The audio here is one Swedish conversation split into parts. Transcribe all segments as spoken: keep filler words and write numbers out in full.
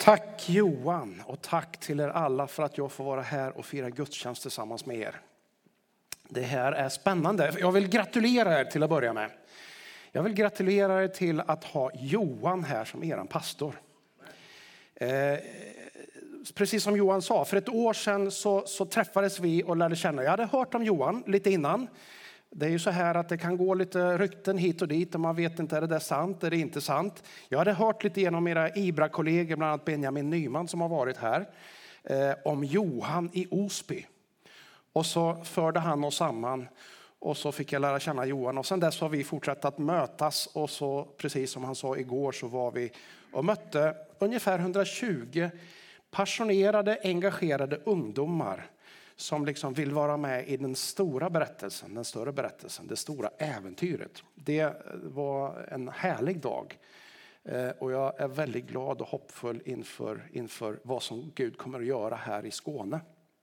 Tack Johan och tack till er alla för att jag får vara här och fira gudstjänst tillsammans med er. Det här är spännande. Jag vill gratulera er till att börja med. Jag vill gratulera er till att ha Johan här som eran pastor. Eh, precis som Johan sa, för ett år sedan så, så träffades vi och lärde känna. Jag hade hört om Johan lite innan. Det är ju så här att det kan gå lite rykten hit och dit och man vet inte, är det där sant, är det inte sant. Jag hade hört lite genom era Ibra-kollegor, bland annat Benjamin Nyman som har varit här, eh, om Johan i Osby. Och så förde han oss samman och så fick jag lära känna Johan. Och sen dess har vi fortsatt att mötas och så, precis som han sa igår, så var vi och mötte ungefär hundratjugo passionerade, engagerade ungdomar som liksom vill vara med i den stora berättelsen, den större berättelsen, det stora äventyret. Det var en härlig dag och jag är väldigt glad och hoppfull inför, inför vad som Gud kommer att göra här i Skåne.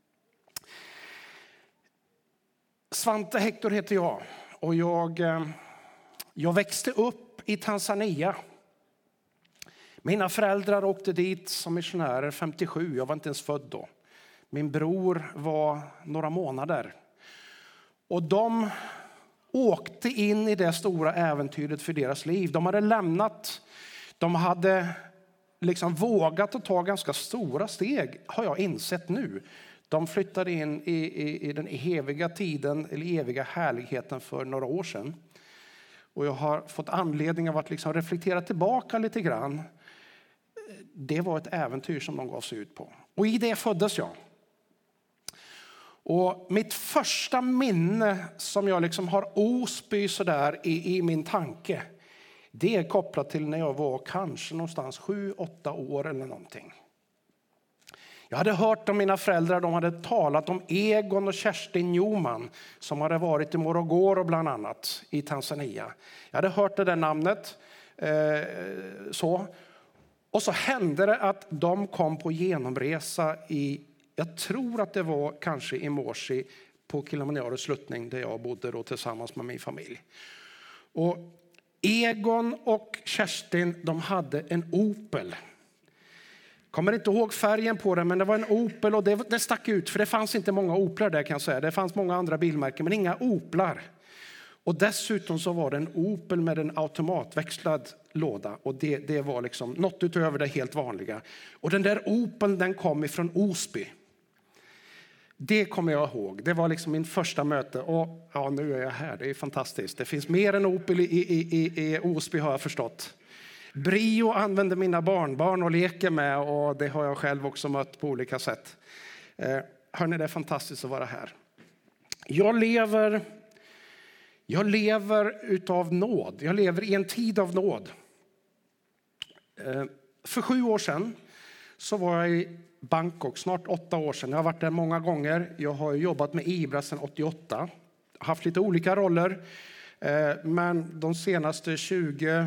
Svante Hector heter jag och jag, jag växte upp i Tanzania. Mina föräldrar åkte dit som missionärer femtiosju, jag var inte ens född då. Min bror var några månader. Och de åkte in i det stora äventyret för deras liv. De hade lämnat, de hade liksom vågat att ta ganska stora steg, har jag insett nu. De flyttade in i, i, i den eviga tiden, eller eviga härligheten för några år sedan. Och jag har fått anledning av att liksom reflektera tillbaka lite grann. Det var ett äventyr som de gav sig ut på. Och i det föddes jag. Och mitt första minne som jag liksom har Osby så där i, i min tanke, det är kopplat till när jag var kanske någonstans sju, åtta år eller någonting. Jag hade hört om mina föräldrar, de hade talat om Egon och Kerstin Newman som hade varit i Morogoro bland annat i Tanzania. Jag hade hört det där namnet. Eh, så. Och så hände det att de kom på genomresa i, jag tror att det var kanske i Morsi på Kilimanjaros sluttning där jag bodde då tillsammans med min familj. Och Egon och Kerstin, de hade en Opel. Kommer inte ihåg färgen på den, men det var en Opel och det, det stack ut. För det fanns inte många Oplar där kan jag säga. Det fanns många andra bilmärken men inga Oplar. Och dessutom så var det en Opel med en automatväxlad låda. Och det, det var liksom något utöver det helt vanliga. Och den där Opel, den kom ifrån Osby. Det kommer jag ihåg. Det var liksom min första möte. Och ja, nu är jag här. Det är fantastiskt. Det finns mer än Opel i, i, i, i Osby har jag förstått. Brio använder mina barnbarn och leker med och det har jag själv också mött på olika sätt. Eh, hörni, det är fantastiskt att vara här. Jag lever, jag lever utav nåd. Jag lever i en tid av nåd. Eh, för sju år sedan så var jag i Bangkok, snart åtta år sedan. Jag har varit där många gånger. Jag har jobbat med Ibra sedan åttioåtta. Haft lite olika roller. Eh, men de senaste tjugo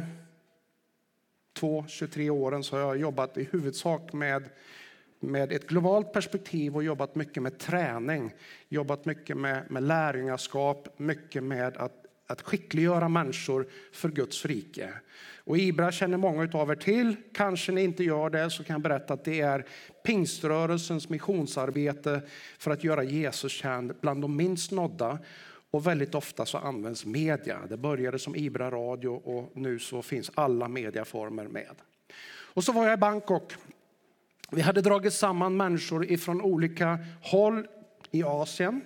Två, tjugotre åren så har jag jobbat i huvudsak med, med ett globalt perspektiv och jobbat mycket med träning. Jobbat mycket med, med lärjungaskap, mycket med att, att skickliggöra människor för Guds rike. Och Ibra känner många av er till. Kanske ni inte gör det så kan jag berätta att det är pingströrelsens missionsarbete för att göra Jesus känd bland de minst nådda. Och väldigt ofta så används media. Det började som Ibra radio och nu så finns alla mediaformer med. Och så var jag i Bangkok. Vi hade dragit samman människor ifrån olika håll i Asien.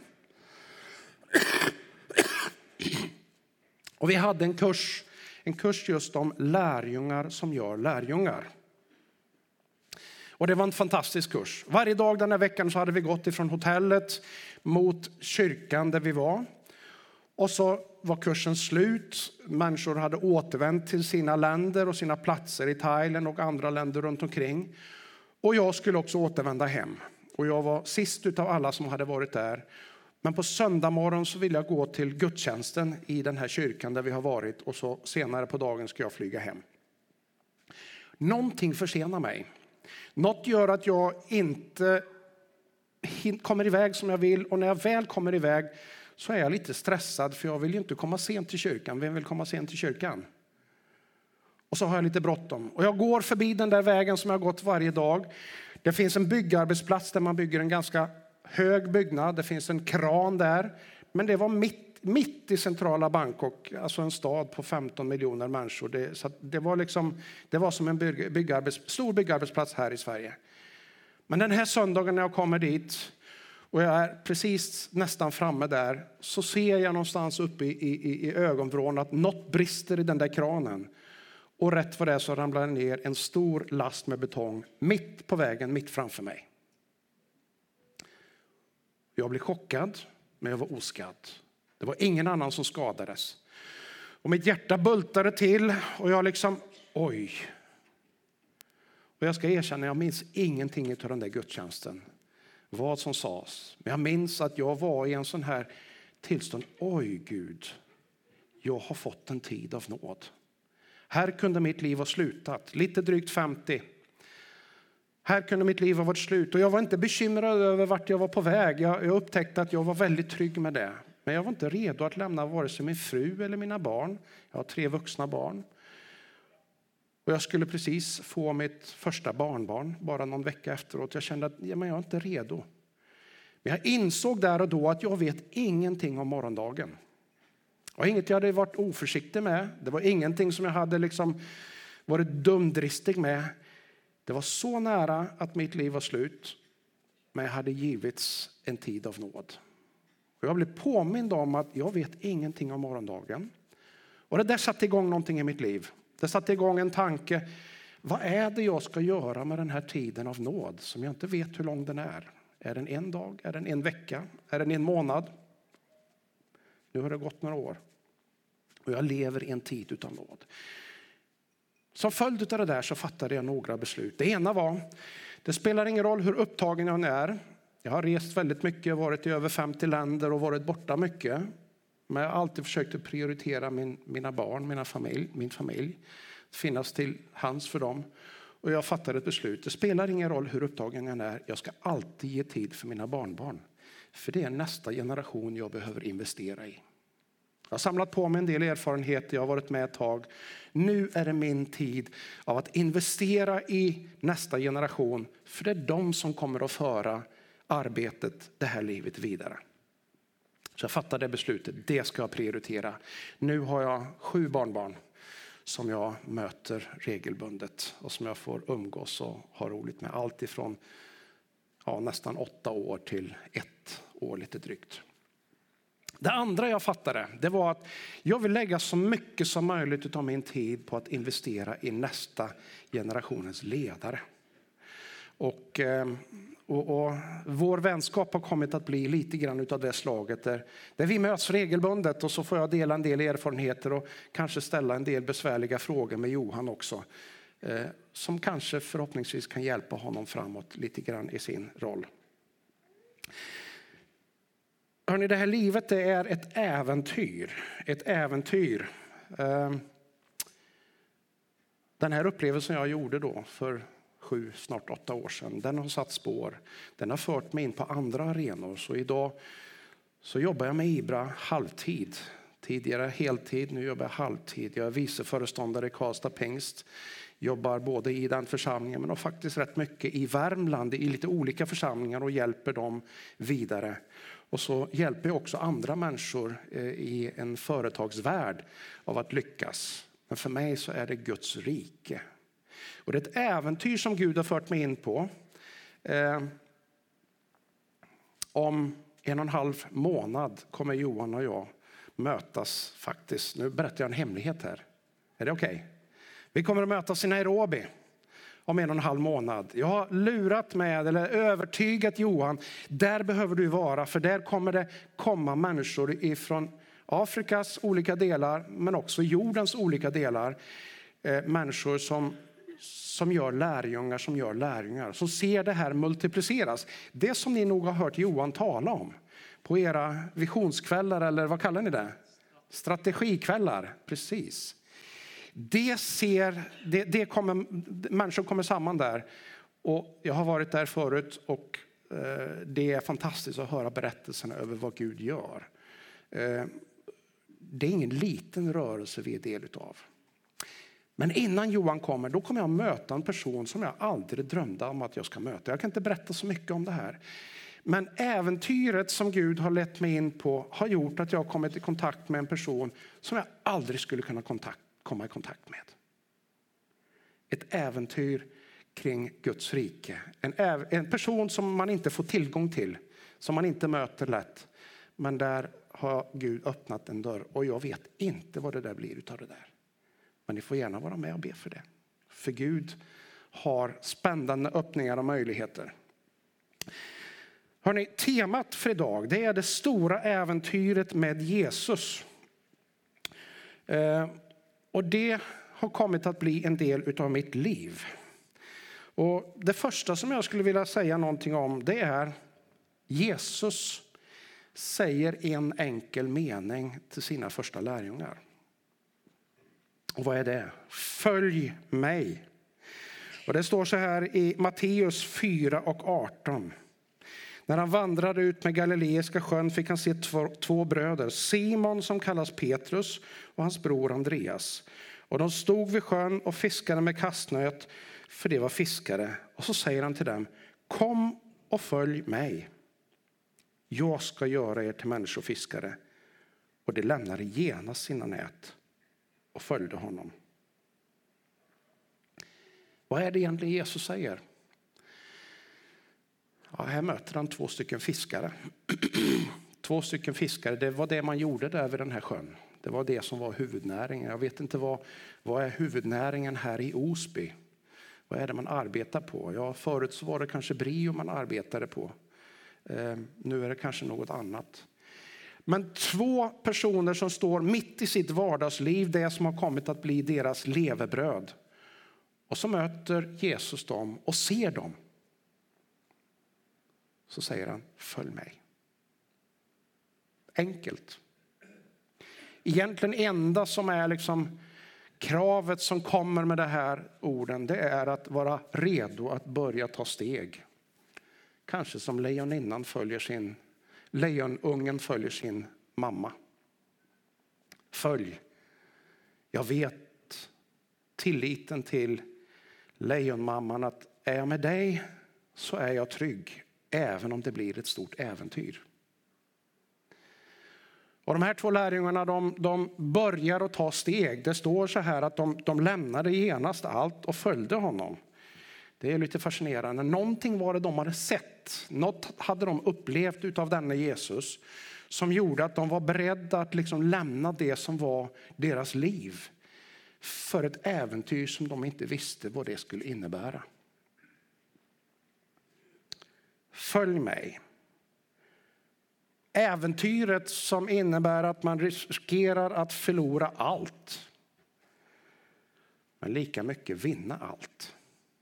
Och vi hade en kurs, en kurs just om lärjungar som gör lärjungar. Och det var en fantastisk kurs. Varje dag den här veckan så hade vi gått ifrån hotellet mot kyrkan där vi var. Och så var kursen slut. Människor hade återvänt till sina länder och sina platser i Thailand och andra länder runt omkring. Och jag skulle också återvända hem. Och jag var sist utav alla som hade varit där. Men på söndag morgon så ville jag gå till gudstjänsten i den här kyrkan där vi har varit. Och så senare på dagen ska jag flyga hem. Någonting försenar mig. Något gör att jag inte kommer iväg som jag vill. Och när jag väl kommer iväg så är jag lite stressad för jag vill ju inte komma sent till kyrkan. Vem vill komma sent till kyrkan? Och så har jag lite bråttom. Och jag går förbi den där vägen som jag har gått varje dag. Det finns en byggarbetsplats där man bygger en ganska hög byggnad. Det finns en kran där. Men det var mitt, mitt i centrala Bangkok. Alltså en stad på femton miljoner människor. Det, så det, var liksom, det var som en bygg, byggarbets, stor byggarbetsplats här i Sverige. Men den här söndagen när jag kommer dit och jag är precis nästan framme där, så ser jag någonstans uppe i, i, i ögonvrån att något brister i den där kranen. Och rätt vad det är så ramlar det ner en stor last med betong mitt på vägen, mitt framför mig. Jag blev chockad, men jag var oskadd. Det var ingen annan som skadades. Och mitt hjärta bultade till och jag liksom, oj. Och jag ska erkänna, jag minns ingenting av den där gudstjänsten. Vad som sades. Men jag minns att jag var i en sån här tillstånd. Oj Gud, jag har fått en tid av nåd. Här kunde mitt liv ha slutat. Lite drygt femtio. Här kunde mitt liv ha varit slut. Och jag var inte bekymrad över vart jag var på väg. Jag, jag upptäckte att jag var väldigt trygg med det. Men jag var inte redo att lämna vare sig min fru eller mina barn. Jag har tre vuxna barn. Och jag skulle precis få mitt första barnbarn bara någon vecka efteråt. Jag kände att ja, men jag är inte redo. Men jag insåg där och då att jag vet ingenting om morgondagen. Och inget jag hade varit oförsiktig med. Det var ingenting som jag hade liksom varit dumdristig med. Det var så nära att mitt liv var slut. Men jag hade givits en tid av nåd. Och jag blev påmind om att jag vet ingenting om morgondagen. Och det där satte igång någonting i mitt liv. Det satte igång en tanke. Vad är det jag ska göra med den här tiden av nåd som jag inte vet hur lång den är? Är den en dag? Är den en vecka? Är den en månad? Nu har det gått några år. Och jag lever i en tid utan nåd. Som följd av det där så fattade jag några beslut. Det ena var, det spelar ingen roll hur upptagen jag är. Jag har rest väldigt mycket, varit i över femtio länder och varit borta mycket. Men jag har alltid försökt att prioritera min, mina barn, mina familj, min familj. Finnas till hands för dem. Och jag fattade ett beslut. Det spelar ingen roll hur upptagen jag är. Jag ska alltid ge tid för mina barnbarn. För det är nästa generation jag behöver investera i. Jag har samlat på mig en del erfarenheter. Jag har varit med ett tag. Nu är det min tid av att investera i nästa generation. För det är de som kommer att föra arbetet, det här livet vidare. Så jag fattade beslutet. Det ska jag prioritera. Nu har jag sju barnbarn som jag möter regelbundet. Och som jag får umgås och ha roligt med. Allt ifrån ja, nästan åtta år till ett år lite drygt. Det andra jag fattade, det var att jag vill lägga så mycket som möjligt av min tid på att investera i nästa generationens ledare. Och, och, och vår vänskap har kommit att bli lite grann av det slaget där, där vi möts regelbundet och så får jag dela en del erfarenheter och kanske ställa en del besvärliga frågor med Johan också. Eh, som kanske förhoppningsvis kan hjälpa honom framåt lite grann i sin roll. Hörrni, det här livet det är ett äventyr. Ett äventyr. Den här upplevelsen jag gjorde då för sju, snart åtta år sedan. Den har satt spår. Den har fört mig in på andra arenor. Så idag så jobbar jag med Ibra halvtid. Tidigare heltid, nu jobbar jag halvtid. Jag är viceföreståndare i Karlstad Pingst. Jobbar både i den församlingen men och faktiskt rätt mycket i Värmland. I lite olika församlingar och hjälper dem vidare. Och så hjälper jag också andra människor i en företagsvärld av att lyckas. Men för mig så är det Guds rike. Och det är ett äventyr som Gud har fört mig in på. Eh, om en och en halv månad kommer Johan och jag mötas faktiskt. Nu berättar jag en hemlighet här. Är det okej? Okay? Vi kommer att mötas i Nairobi om en och en halv månad. Jag har lurat med eller övertygat Johan. Där behöver du vara, för där kommer det komma människor ifrån Afrikas olika delar men också jordens olika delar. Eh, människor som, som gör lärjungar, som gör lärjungar. Som ser det här multipliceras. Det som ni nog har hört Johan tala om på era visionskvällar, eller vad kallar ni det? Strategikvällar, precis. Det ser, det, det kommer, människor kommer samman där och jag har varit där förut och eh, det är fantastiskt att höra berättelserna över vad Gud gör. Eh, det är ingen liten rörelse vi är del utav. Men innan Johan kommer, då kommer jag möta en person som jag aldrig drömde om att jag ska möta. Jag kan inte berätta så mycket om det här. Men äventyret som Gud har lett mig in på har gjort att jag har kommit i kontakt med en person som jag aldrig skulle kunna kontakt, komma i kontakt med. Ett äventyr kring Guds rike. En, en person som man inte får tillgång till, som man inte möter lätt. Men där har Gud öppnat en dörr och jag vet inte vad det där blir utav det där. Men ni får gärna vara med och be för det. För Gud har spännande öppningar och möjligheter. Hörrni, temat för idag, det är det stora äventyret med Jesus. Eh, och det har kommit att bli en del utav mitt liv. Och det första som jag skulle vilja säga någonting om, det är Jesus säger en enkel mening till sina första lärjungar. Och vad är det? Följ mig. Och det står så här i Matteus fyra och arton. När han vandrade ut med Galileiska sjön fick han se två, två bröder. Simon som kallas Petrus och hans bror Andreas. Och de stod vid sjön och fiskade med kastnät, för det var fiskare. Och så säger han till dem, kom och följ mig. Jag ska göra er till människofiskare. Och de lämnade genast sina nät och följde honom. Vad är det egentligen Jesus säger? Ja, här möter han två stycken fiskare. Två stycken fiskare, det var det man gjorde där vid den här sjön. Det var det som var huvudnäringen. Jag vet inte vad, vad är huvudnäringen här i Osby. Vad är det man arbetar på? Ja, förut så var det kanske brio man arbetade på. Eh, nu är det kanske något annat. Men två personer som står mitt i sitt vardagsliv, det som har kommit att bli deras levebröd. Och så möter Jesus dem och ser dem. Så säger han, följ mig. Enkelt. Egentligen enda som är liksom kravet som kommer med det här orden, det är att vara redo att börja ta steg. Kanske som lejoninnan följer sin, lejonungen följer sin mamma. Följ. Jag vet tilliten till lejonmamman att är jag med dig så är jag trygg. Även om det blir ett stort äventyr. Och de här två lärjungarna, de, de börjar att ta steg. Det står så här att de, de lämnade genast allt och följde honom. Det är lite fascinerande. Någonting var det de hade sett. Något hade de upplevt utav denna Jesus. Som gjorde att de var beredda att liksom lämna det som var deras liv. För ett äventyr som de inte visste vad det skulle innebära. Följ mig. Äventyret som innebär att man riskerar att förlora allt. Men lika mycket vinna allt.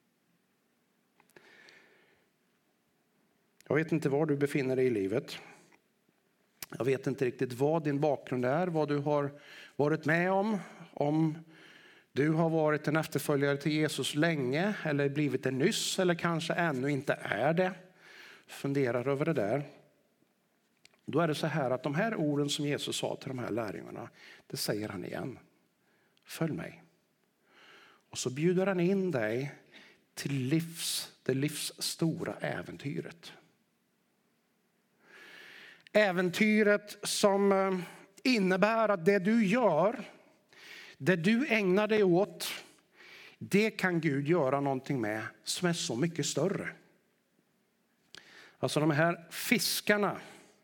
Jag vet inte var du befinner dig i livet. Jag vet inte riktigt vad din bakgrund är. Vad du har varit med om. Om du har varit en efterföljare till Jesus länge. Eller blivit det nyss. Eller kanske ännu inte är det. Funderar över det där. Då är det så här att de här orden som Jesus sa till de här lärjungarna, det säger han igen. Följ mig. Och så bjuder han in dig till livs, det livs stora äventyret. Äventyret som innebär att det du gör, det du ägnar dig åt, det kan Gud göra någonting med som är så mycket större. Alltså de här fiskarna,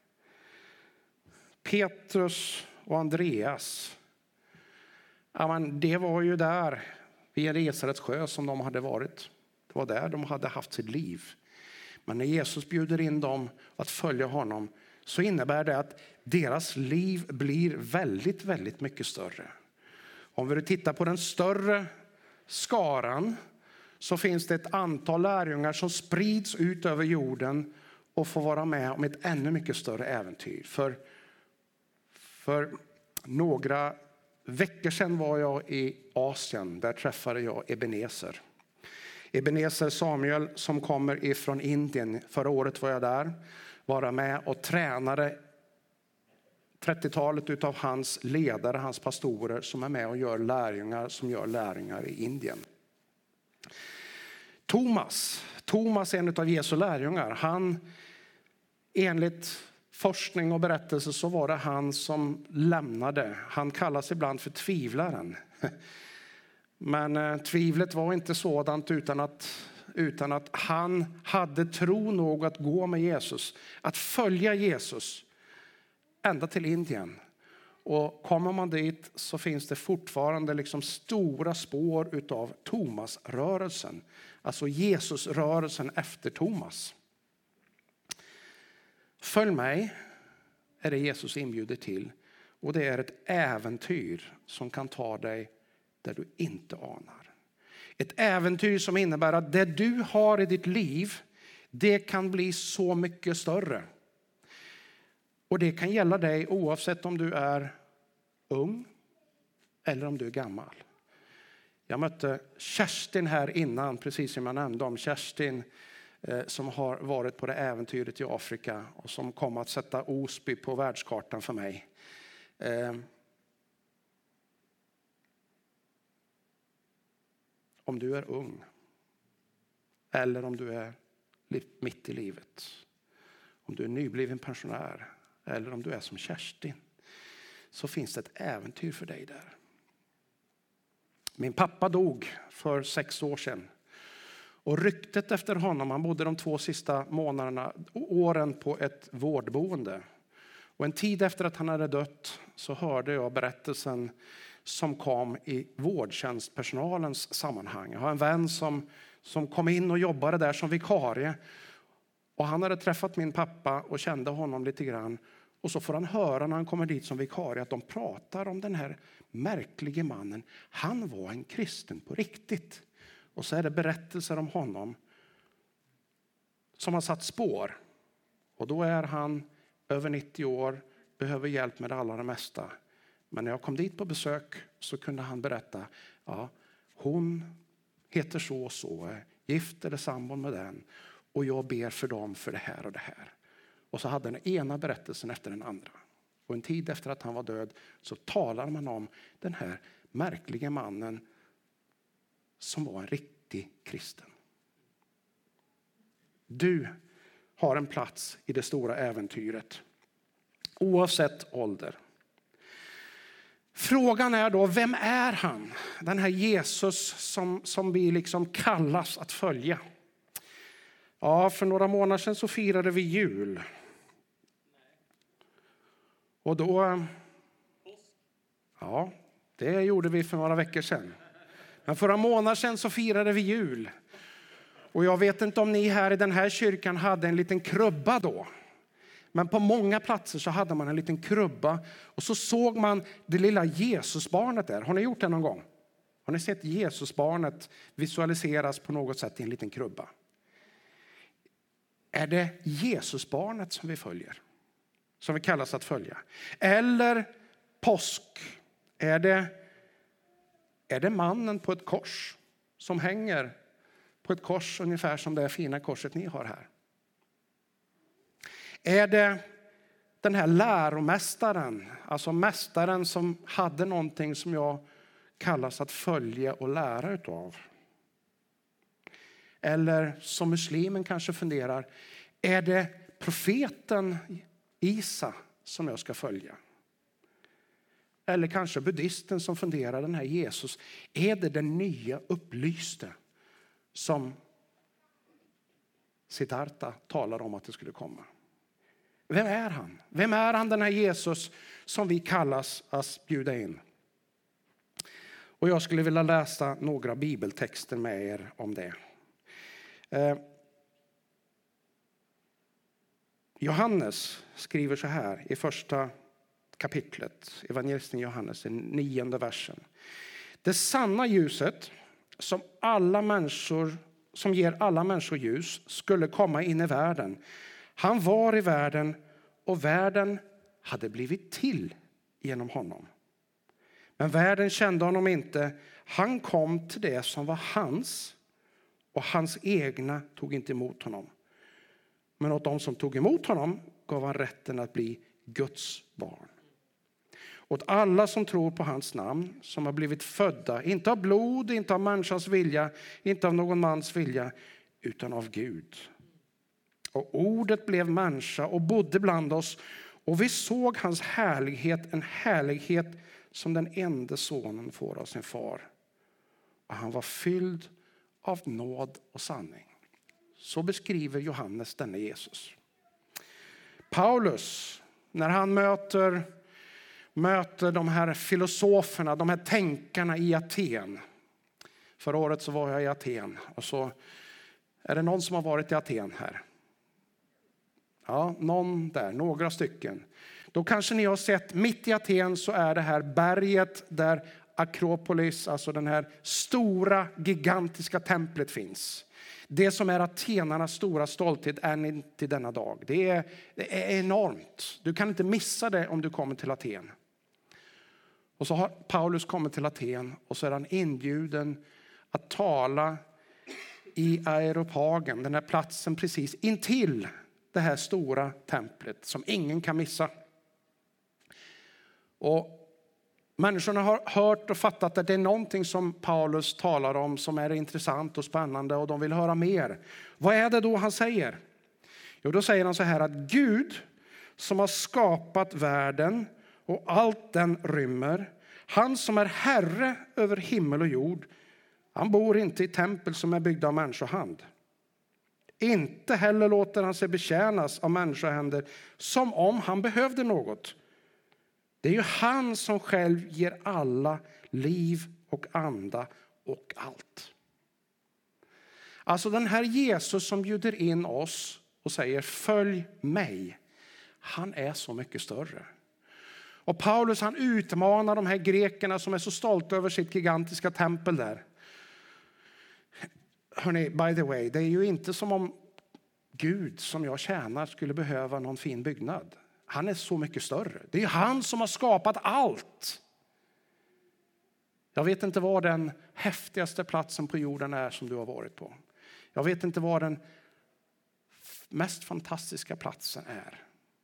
Petrus och Andreas, ja, men det var ju där vid Genesarets sjö som de hade varit. Det var där de hade haft sitt liv. Men när Jesus bjuder in dem att följa honom så innebär det att deras liv blir väldigt, väldigt mycket större. Om vi tittar på den större skaran så finns det ett antal lärjungar som sprids ut över jorden och får vara med om ett ännu mycket större äventyr. För, för några veckor sedan var jag i Asien. Där träffade jag Ebenezer. Ebenezer Samuel som kommer ifrån Indien. Förra året var jag där. Var med och tränade trettiotalet utav hans ledare, hans pastorer som är med och gör lärjungar som gör lärjungar i Indien. Thomas, Thomas är en av Jesu lärjungar. Han, enligt forskning och berättelse så var det han som lämnade. Han kallas ibland för tvivlaren. Men eh, tvivlet var inte sådant utan att, utan att han hade tro nog att gå med Jesus. Att följa Jesus ända till Indien. Och kommer man dit så finns det fortfarande liksom stora spår utav Thomas-rörelsen. Alltså Jesus-rörelsen efter Thomas. Följ mig är det Jesus inbjuder till. Och det är ett äventyr som kan ta dig där du inte anar. Ett äventyr som innebär att det du har i ditt liv, det kan bli så mycket större. Och det kan gälla dig oavsett om du är ung eller om du är gammal. Jag mötte Kerstin här innan, precis som jag nämnde om. Kerstin eh, som har varit på det äventyret i Afrika och som kom att sätta Osby på världskartan för mig. Eh, om du är ung eller om du är mitt i livet. Om du är nybliven pensionär eller om du är som Kerstin, så finns det ett äventyr för dig där. Min pappa dog för sex år sedan. Och ryktet efter honom, han bodde de två sista månaderna, åren på ett vårdboende. Och en tid efter att han hade dött så hörde jag berättelsen som kom i vårdtjänstpersonalens sammanhang. Jag har en vän som, som kom in och jobbade där som vikarie. Och han hade träffat min pappa och kände honom lite grann. Och så får han höra när han kommer dit som vikarie att de pratar om den här märkliga mannen. Han var en kristen på riktigt. Och så är det berättelser om honom som har satt spår. Och då är han över nittio år, behöver hjälp med det allra mesta. Men när jag kom dit på besök så kunde han berätta, ja, hon heter så och så, är gift eller sambon med den. Och jag ber för dem för det här och det här. Och så hade den ena berättelsen efter den andra. Och en tid efter att han var död så talar man om den här märkliga mannen som var en riktig kristen. Du har en plats i det stora äventyret. Oavsett ålder. Frågan är då, vem är han? Den här Jesus som, som vi liksom kallas att följa. Ja, för några månader sedan så firade vi jul. Och då... Ja, det gjorde vi för några veckor sedan. Men för några månader sedan så firade vi jul. Och jag vet inte om ni här i den här kyrkan hade en liten krubba då. Men på många platser så hade man en liten krubba. Och så såg man det lilla Jesusbarnet där. Har ni gjort det någon gång? Har ni sett Jesusbarnet visualiseras på något sätt i en liten krubba? Är det Jesusbarnet som vi följer? Som vi kallas att följa? Eller påsk? Är det, är det mannen på ett kors som hänger på ett kors ungefär som det fina korset ni har här? Är det den här läromästaren, alltså mästaren som hade någonting som jag kallas att följa och lära utav? Eller som muslimen kanske funderar, är det profeten Isa som jag ska följa? Eller kanske buddhisten som funderar, den här Jesus, är det den nya upplyste som Siddhartha talar om att det skulle komma? Vem är han? Vem är han, den här Jesus som vi kallas att bjuda in? Och jag skulle vilja läsa några bibeltexter med er om det. Eh, Johannes skriver så här i första kapitlet, evangelisten Johannes, i nionde versen. Det sanna ljuset som alla människor, som ger alla människor ljus, skulle komma in i världen. Han var i världen och världen hade blivit till genom honom. Men världen kände honom inte. Han kom till det som var hans och hans egna tog inte emot honom. Men åt de som tog emot honom gav han rätten att bli Guds barn. åt alla som tror på hans namn, som har blivit födda, inte av blod, inte av människans vilja, inte av någon mans vilja, utan av Gud. Och ordet blev människa och bodde bland oss, och vi såg hans härlighet, en härlighet som den enda sonen får av sin far. Och han var fylld av nåd och sanning. Så beskriver Johannes denne Jesus. Paulus, när han möter, möter de här filosoferna, de här tänkarna i Aten. Förra året så var jag i Aten. Och så är det någon som har varit i Aten här? Ja, någon där, några stycken. Då kanske ni har sett, mitt i Aten så är det här berget där Akropolis, alltså den här stora gigantiska templet finns. Det som är atenarnas stora stolthet är till denna dag. Det är, det är enormt. Du kan inte missa det om du kommer till Aten. Och så har Paulus kommit till Aten och så är han inbjuden att tala i Areopagen, den här platsen precis intill det här stora templet som ingen kan missa. Och människorna har hört och fattat att det är någonting som Paulus talar om som är intressant och spännande, och de vill höra mer. Vad är det då han säger? Jo, då säger han så här att Gud som har skapat världen och allt den rymmer, han som är herre över himmel och jord, han bor inte i tempel som är byggda av människohand. Inte heller låter han sig betjänas av människohänder som om han behövde något. Det är ju han som själv ger alla liv och anda och allt. Alltså den här Jesus som bjuder in oss och säger följ mig. Han är så mycket större. Och Paulus han utmanar de här grekerna som är så stolta över sitt gigantiska tempel där. Hörrni, by the way, det är ju inte som om Gud som jag tjänar skulle behöva någon fin byggnad. Han är så mycket större. Det är han som har skapat allt. Jag vet inte vad den häftigaste platsen på jorden är som du har varit på. Jag vet inte vad den mest fantastiska platsen är.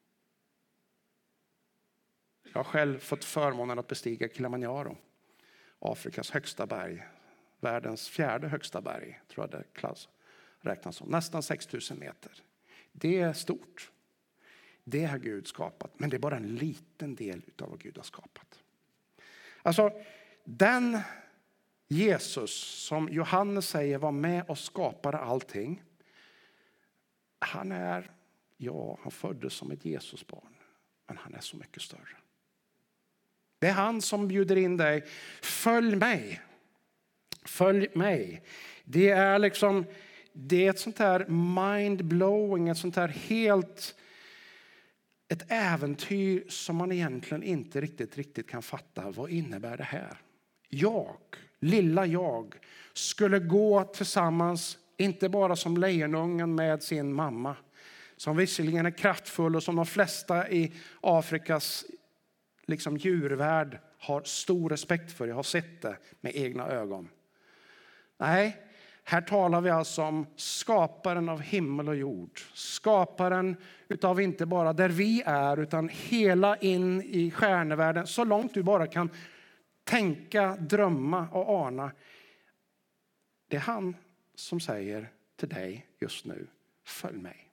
Jag har själv fått förmånen att bestiga Kilimanjaro, Afrikas högsta berg. Världens fjärde högsta berg, tror jag det klass, räknas som. Nästan sex tusen meter. Det är stort. Det har Gud skapat, men det är bara en liten del av vad Gud har skapat. Alltså, den Jesus som Johannes säger var med och skapade allting. Han är, ja, han föddes som ett Jesusbarn, men han är så mycket större. Det är han som bjuder in dig. Följ mig. Följ mig. Det är liksom, det är ett sånt här mind-blowing, ett sånt här helt, ett äventyr som man egentligen inte riktigt, riktigt kan fatta. Vad innebär det här? Jag, lilla jag, skulle gå tillsammans, inte bara som lejonungen med sin mamma, som visserligen är kraftfull och som de flesta i Afrikas liksom djurvärld har stor respekt för. Jag har sett det med egna ögon. Nej, här talar vi alltså om skaparen av himmel och jord. Skaparen utav inte bara där vi är, utan hela in i stjärnevärlden. Så långt du bara kan tänka, drömma och ana. Det är han som säger till dig just nu, följ mig.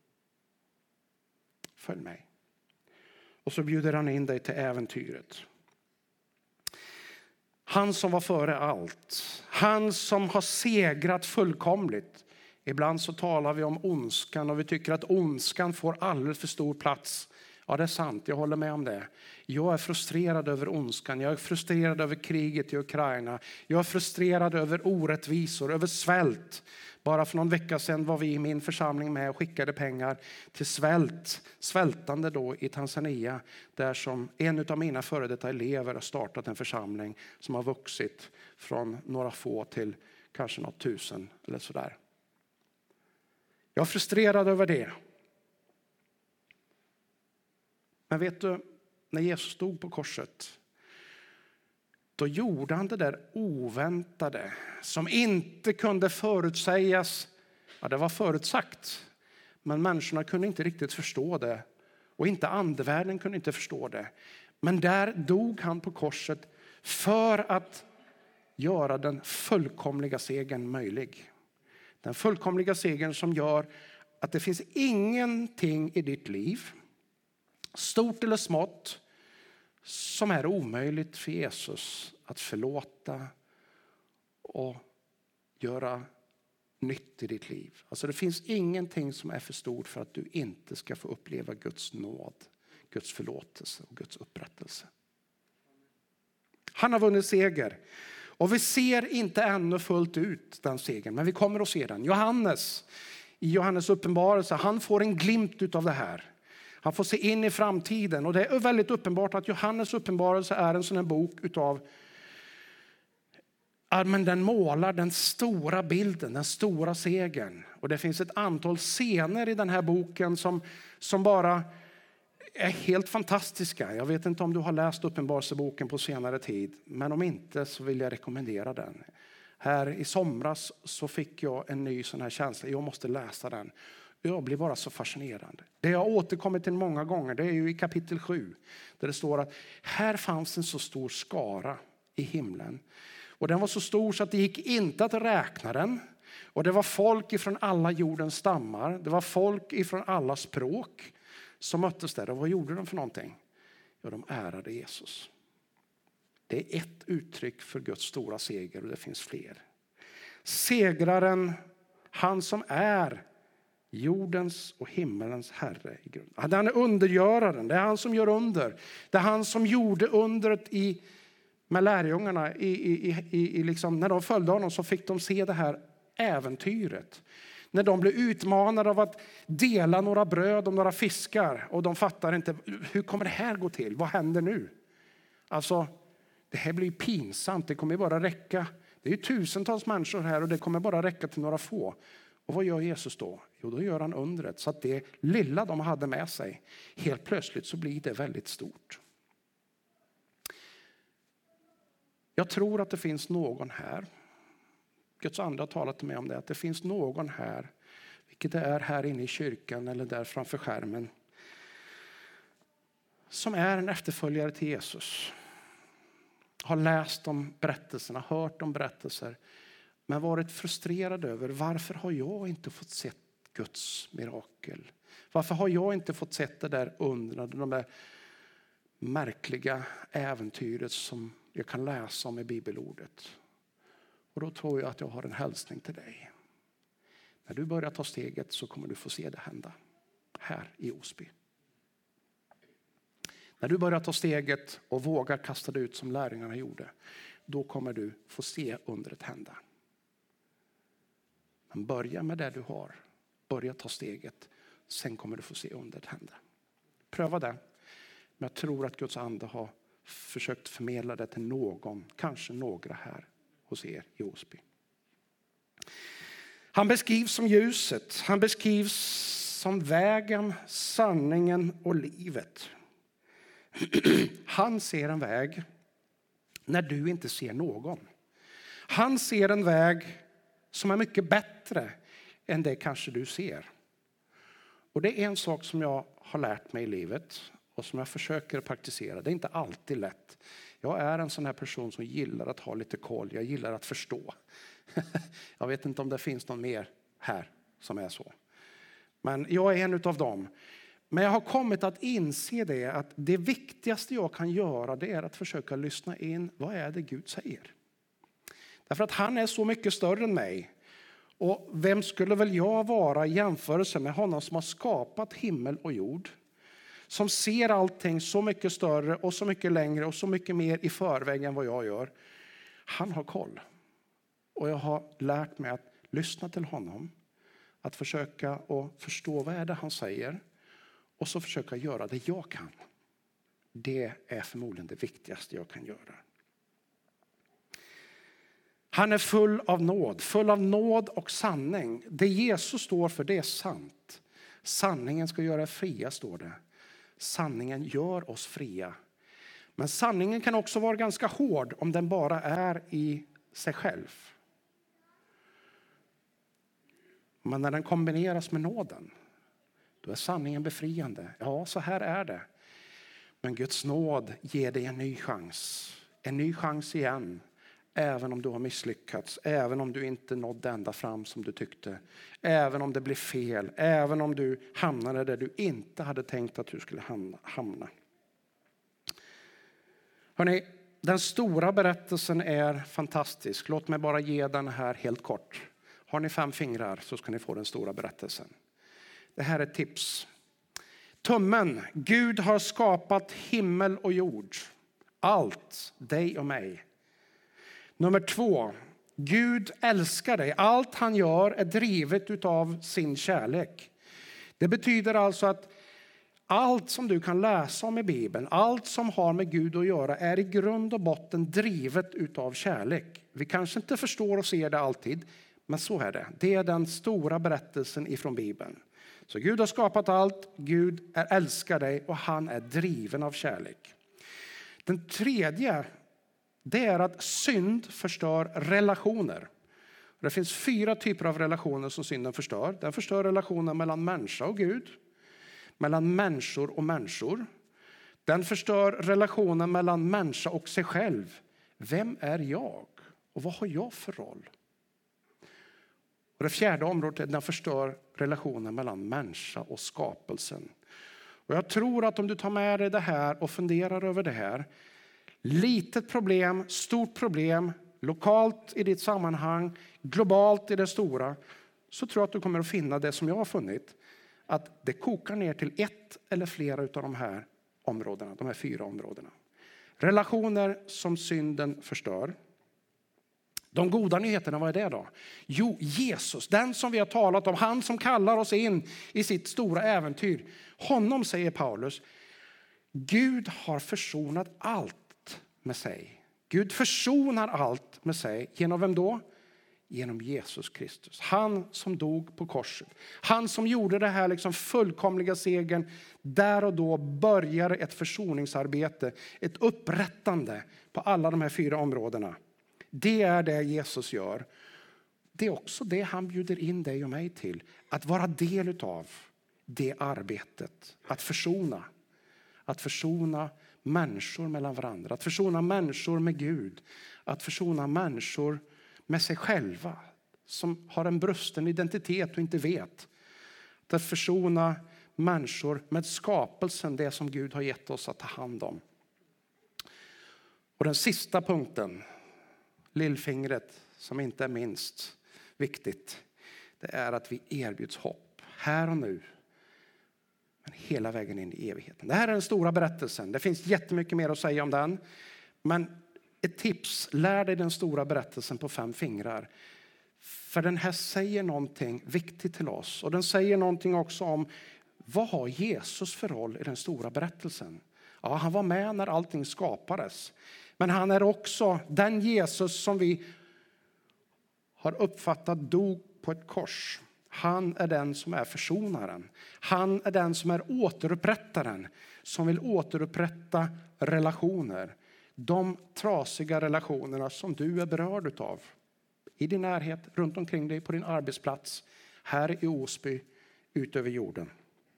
Följ mig. Och så bjuder han in dig till äventyret. Han som var före allt. Han som har segrat fullkomligt. Ibland så talar vi om ondskan och vi tycker att ondskan får alldeles för stor plats. Ja, det är sant, jag håller med om det. Jag är frustrerad över ondskan. Jag är frustrerad över kriget i Ukraina. Jag är frustrerad över orättvisor, över svält. Bara för någon vecka sedan var vi i min församling med och skickade pengar till svält, svältande då i Tanzania. Där som en av mina före detta elever har startat en församling som har vuxit från några få till kanske något tusen eller sådär. Jag är frustrerad över det. Men vet du, när Jesus stod på korset, då gjorde han det där oväntade som inte kunde förutsägas. Ja, det var förutsagt, men människorna kunde inte riktigt förstå det. Och inte andevärlden kunde inte förstå det. Men där dog han på korset för att göra den fullkomliga segern möjlig. Den fullkomliga segern som gör att det finns ingenting i ditt liv, stort eller smått, som är omöjligt för Jesus att förlåta och göra nytt i ditt liv. Alltså det finns ingenting som är för stort för att du inte ska få uppleva Guds nåd, Guds förlåtelse och Guds upprättelse. Han har vunnit seger. Och vi ser inte ännu fullt ut den segern, men vi kommer att se den. Johannes, i Johannes uppenbarelse, han får en glimt utav det här. Han får se in i framtiden. Och det är väldigt uppenbart att Johannes uppenbarelse är en sån här bok utav, ja, men den målar den stora bilden, den stora segern. Och det finns ett antal scener i den här boken som, som bara är helt fantastiska. Jag vet inte om du har läst uppenbarelseboken på senare tid, men om inte så vill jag rekommendera den. Här i somras så fick jag en ny sån här känsla. Jag måste läsa den. Jag blir bara så fascinerad. Det jag återkommit till många gånger, det är ju i kapitel sju. Där det står att här fanns en så stor skara i himlen. Och den var så stor så att det gick inte att räkna den. Och det var folk ifrån alla jordens stammar. Det var folk ifrån alla språk som möttes där. Och vad gjorde de för någonting? Ja, de ärade Jesus. Det är ett uttryck för Guds stora seger, och det finns fler. Segraren, han som är jordens och himmelens herre i grund. Han är undergöraren, det är han som gör under. Det är han som gjorde undret i, med lärjungarna. I, i, i, i liksom, när de följde honom så fick de se det här äventyret. När de blev utmanade av att dela några bröd och några fiskar. Och de fattar inte, hur kommer det här gå till? Vad händer nu? Alltså, det här blir pinsamt. Det kommer bara räcka. Det är ju tusentals människor här och det kommer bara räcka till några få. Och vad gör Jesus då? Jo, då gör han undret. Så att det lilla de hade med sig, helt plötsligt så blir det väldigt stort. Jag tror att det finns någon här. Guds ande har talat till mig om det. Att det finns någon här, vilket det är här inne i kyrkan eller där framför skärmen, som är en efterföljare till Jesus. Har läst om berättelserna, hört om berättelser, men varit frustrerad över varför har jag inte fått sett Guds mirakel? Varför har jag inte fått sett det där undrande, de där märkliga äventyret som jag kan läsa om i bibelordet? Och då tror jag att jag har en hälsning till dig. När du börjar ta steget så kommer du få se det hända här i Osby. När du börjar ta steget och vågar kasta det ut som lärjungarna gjorde, då kommer du få se undret hända. Men börja med det du har. Börja ta steget. Sen kommer du få se undret hända. Pröva det. Men jag tror att Guds ande har försökt förmedla det till någon, kanske några här hos er i Osby. Han beskrivs som ljuset. Han beskrivs som vägen, sanningen och livet. Han ser en väg när du inte ser någon. Han ser en väg som är mycket bättre än det kanske du ser. Och det är en sak som jag har lärt mig i livet och som jag försöker praktisera. Det är inte alltid lätt. Jag är en sån här person som gillar att ha lite koll. Jag gillar att förstå. Jag vet inte om det finns någon mer här som är så. Men jag är en av dem. Men jag har kommit att inse det, att det viktigaste jag kan göra, det är att försöka lyssna in. Vad är det Gud säger? Därför att han är så mycket större än mig. Och vem skulle väl jag vara i jämförelse med honom som har skapat himmel och jord? Som ser allting så mycket större och så mycket längre och så mycket mer i förväg än vad jag gör. Han har koll. Och jag har lärt mig att lyssna till honom. Att försöka och förstå vad är det han säger. Och så försöka göra det jag kan. Det är förmodligen det viktigaste jag kan göra. Han är full av nåd. Full av nåd och sanning. Det Jesus står för, det är sant. Sanningen ska göra er fria, står det. Sanningen gör oss fria. Men sanningen kan också vara ganska hård om den bara är i sig själv. Men när den kombineras med nåden, då är sanningen befriande. Ja, så här är det. Men Guds nåd ger dig en ny chans. En ny chans igen. Även om du har misslyckats. Även om du inte nådde ända fram som du tyckte. Även om det blev fel. Även om du hamnade där du inte hade tänkt att du skulle hamna. Hörrni, den stora berättelsen är fantastisk. Låt mig bara ge den här helt kort. Har ni fem fingrar så ska ni få den stora berättelsen. Det här är ett tips. Tummen. Gud har skapat himmel och jord. Allt, dig och mig. Nummer två. Gud älskar dig. Allt han gör är drivet av sin kärlek. Det betyder alltså att allt som du kan läsa om i Bibeln, allt som har med Gud att göra är i grund och botten drivet av kärlek. Vi kanske inte förstår och ser det alltid, men så är det. Det är den stora berättelsen ifrån Bibeln. Så Gud har skapat allt, Gud är älskar dig och han är driven av kärlek. Den tredje, det är att synd förstör relationer. Det finns fyra typer av relationer som synden förstör. Den förstör relationen mellan människa och Gud. Mellan människor och människor. Den förstör relationen mellan människa och sig själv. Vem är jag? Och vad har jag för roll? Och det fjärde området är att den förstör relationen mellan människa och skapelsen. Och jag tror att om du tar med dig det här och funderar över det här. Litet problem, stort problem, lokalt i ditt sammanhang, globalt i det stora. Så tror jag att du kommer att finna det som jag har funnit. Att det kokar ner till ett eller flera av de här områdena, de här fyra områdena. Relationer som synden förstör. De goda nyheterna, vad är det då? Jo, Jesus, den som vi har talat om, han som kallar oss in i sitt stora äventyr. Honom, säger Paulus, Gud har försonat allt med sig. Gud försonar allt med sig. Genom vem då? Genom Jesus Kristus. Han som dog på korset. Han som gjorde det här liksom fullkomliga segern. Där och då började ett försoningsarbete. Ett upprättande på alla de här fyra områdena. Det är det Jesus gör. Det är också det han bjuder in dig och mig till. Att vara del utav det arbetet. Att försona. Att försona människor mellan varandra. Att försona människor med Gud. Att försona människor med sig själva. Som har en brusten identitet och inte vet. Att försona människor med skapelsen. Det som Gud har gett oss att ta hand om. Och den sista punkten. Lillfingret som inte är minst viktigt. Det är att vi erbjuds hopp. Här och nu. Men hela vägen in i evigheten. Det här är den stora berättelsen. Det finns jättemycket mer att säga om den. Men ett tips. Lär dig den stora berättelsen på fem fingrar. För den här säger någonting viktigt till oss. Och den säger någonting också om. Vad har Jesus för roll i den stora berättelsen? Ja, han var med när allting skapades. Men han är också den Jesus som vi har uppfattat dog på ett kors. Han är den som är försonaren. Han är den som är återupprättaren. Som vill återupprätta relationer. De trasiga relationerna som du är berörd av. I din närhet, runt omkring dig, på din arbetsplats. Här i Osby, ut över jorden.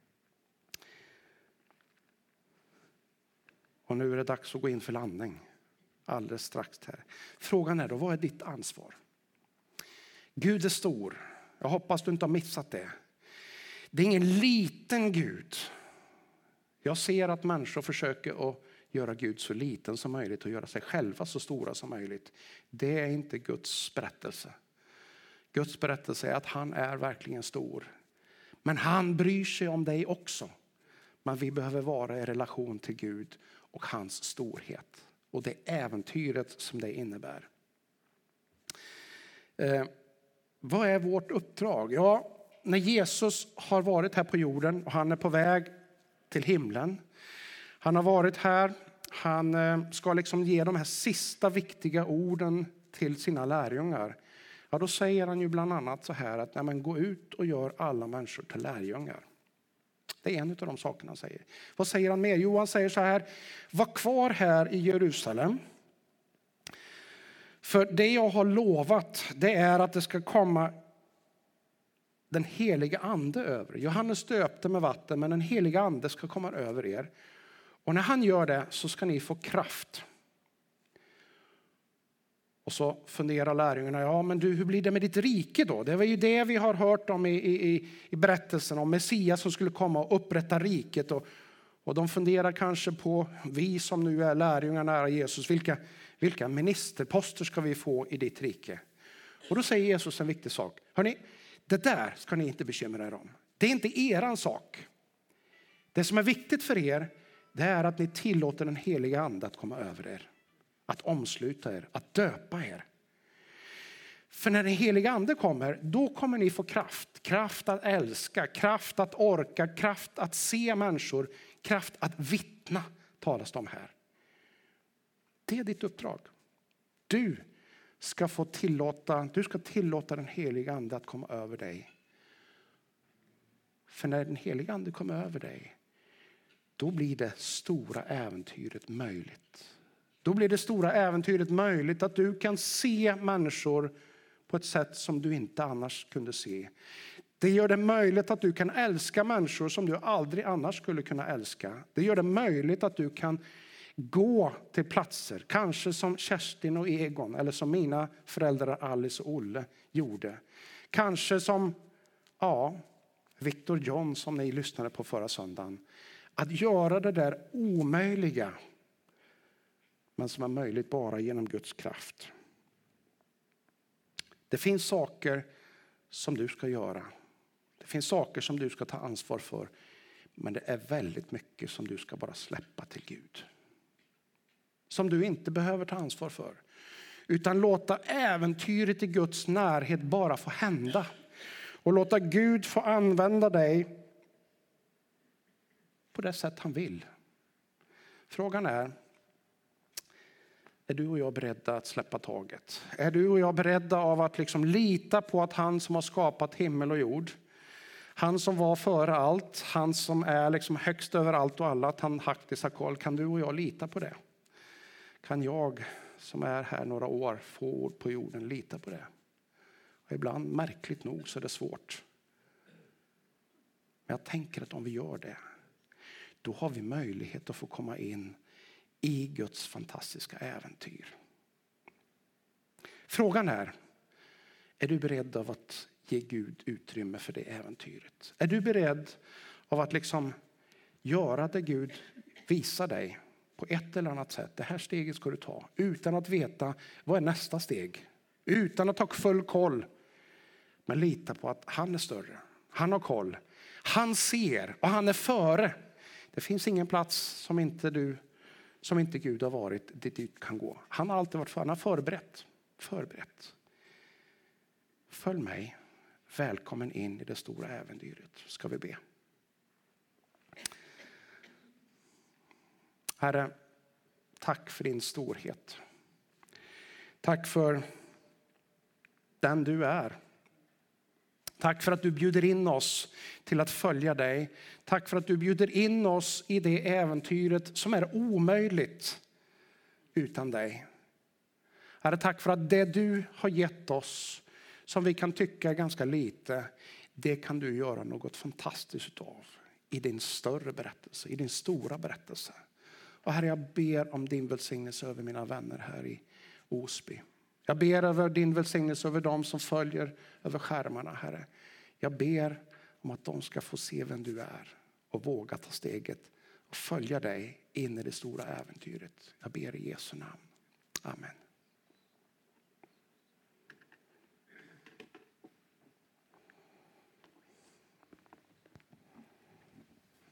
Och nu är det dags att gå in för landning. Alldeles strax här. Frågan är då, vad är ditt ansvar? Gud är stor. Jag hoppas du inte har missat det. Det är ingen liten Gud. Jag ser att människor försöker att göra Gud så liten som möjligt och göra sig själva så stora som möjligt. Det är inte Guds berättelse. Guds berättelse är att han är verkligen stor. Men han bryr sig om dig också. Men vi behöver vara i relation till Gud och hans storhet. Och det äventyret som det innebär. Eh, vad är vårt uppdrag? Ja, när Jesus har varit här på jorden och han är på väg till himlen. Han har varit här. Han eh, ska liksom ge de här sista viktiga orden till sina lärjungar. Ja, då säger han ju bland annat så här att nej, men gå ut och gör alla människor till lärjungar. Det är en av de sakerna han säger. Vad säger han mer? Jo, han säger så här. Var kvar här i Jerusalem. För det jag har lovat, det är att det ska komma den heliga ande över. Johannes döpte med vatten, men den heliga ande ska komma över er. Och när han gör det så ska ni få kraft. Och så funderar lärjungarna, ja men du, hur blir det med ditt rike då? Det var ju det vi har hört om i, i, i berättelsen om Messias som skulle komma och upprätta riket. Och, och de funderar kanske på, vi som nu är lärjungar nära Jesus, vilka, vilka ministerposter ska vi få i ditt rike? Och då säger Jesus en viktig sak. Hörrni, det där ska ni inte bekymra er om. Det är inte eran sak. Det som är viktigt för er, det är att ni tillåter den heliga ande att komma över er. Att omsluta er, att döpa er. För när den heliga ande kommer, då kommer ni få kraft. Kraft att älska, kraft att orka, kraft att se människor, kraft att vittna talas det om här. Det är ditt uppdrag. Du ska få tillåta, du ska tillåta den heliga ande att komma över dig. För när den heliga ande kommer över dig, då blir det stora äventyret möjligt. Då blir det stora äventyret möjligt att du kan se människor på ett sätt som du inte annars kunde se. Det gör det möjligt att du kan älska människor som du aldrig annars skulle kunna älska. Det gör det möjligt att du kan gå till platser, kanske som Kerstin och Egon eller som mina föräldrar Alice och Olle gjorde. Kanske som ja, Victor John som ni lyssnade på förra söndagen. Att göra det där omöjliga, men som är möjligt bara genom Guds kraft. Det finns saker som du ska göra. Det finns saker som du ska ta ansvar för. Men det är väldigt mycket som du ska bara släppa till Gud. Som du inte behöver ta ansvar för. Utan låta äventyret i Guds närhet bara få hända. Och låta Gud få använda dig på det sätt han vill. Frågan är, är du och jag beredda att släppa taget? Är du och jag beredda av att liksom lita på att han som har skapat himmel och jord, han som var före allt, han som är liksom högst över allt och alla, att han faktiskt har koll. Kan du och jag lita på det? Kan jag som är här några år få ord på jorden lita på det? Och ibland, märkligt nog, så är det svårt. Men jag tänker att om vi gör det, då har vi möjlighet att få komma in i Guds fantastiska äventyr. Frågan är, är du beredd av att ge Gud utrymme för det äventyret? Är du beredd av att liksom göra det Gud visar dig på ett eller annat sätt? Det här steget ska du ta utan att veta vad är nästa steg. Utan att ha full koll. Men lita på att han är större. Han har koll. Han ser och han är före. Det finns ingen plats som inte du som inte Gud har varit dit du kan gå. Han har alltid varit för, han har förberett. Förberett. Följ mig. Välkommen in i det stora äventyret. Ska vi be. Herre, tack för din storhet. Tack för den du är. Tack för att du bjuder in oss till att följa dig. Tack för att du bjuder in oss i det äventyret som är omöjligt utan dig. Herre, tack för att det du har gett oss som vi kan tycka är ganska lite, det kan du göra något fantastiskt av i din större berättelse, i din stora berättelse. Och Herre, jag ber om din välsignelse över mina vänner här i Osby. Jag ber över din välsignelse över dem som följer över skärmarna, Herre. Jag ber om att de ska få se vem du är och våga ta steget och följa dig in i det stora äventyret. Jag ber i Jesu namn. Amen.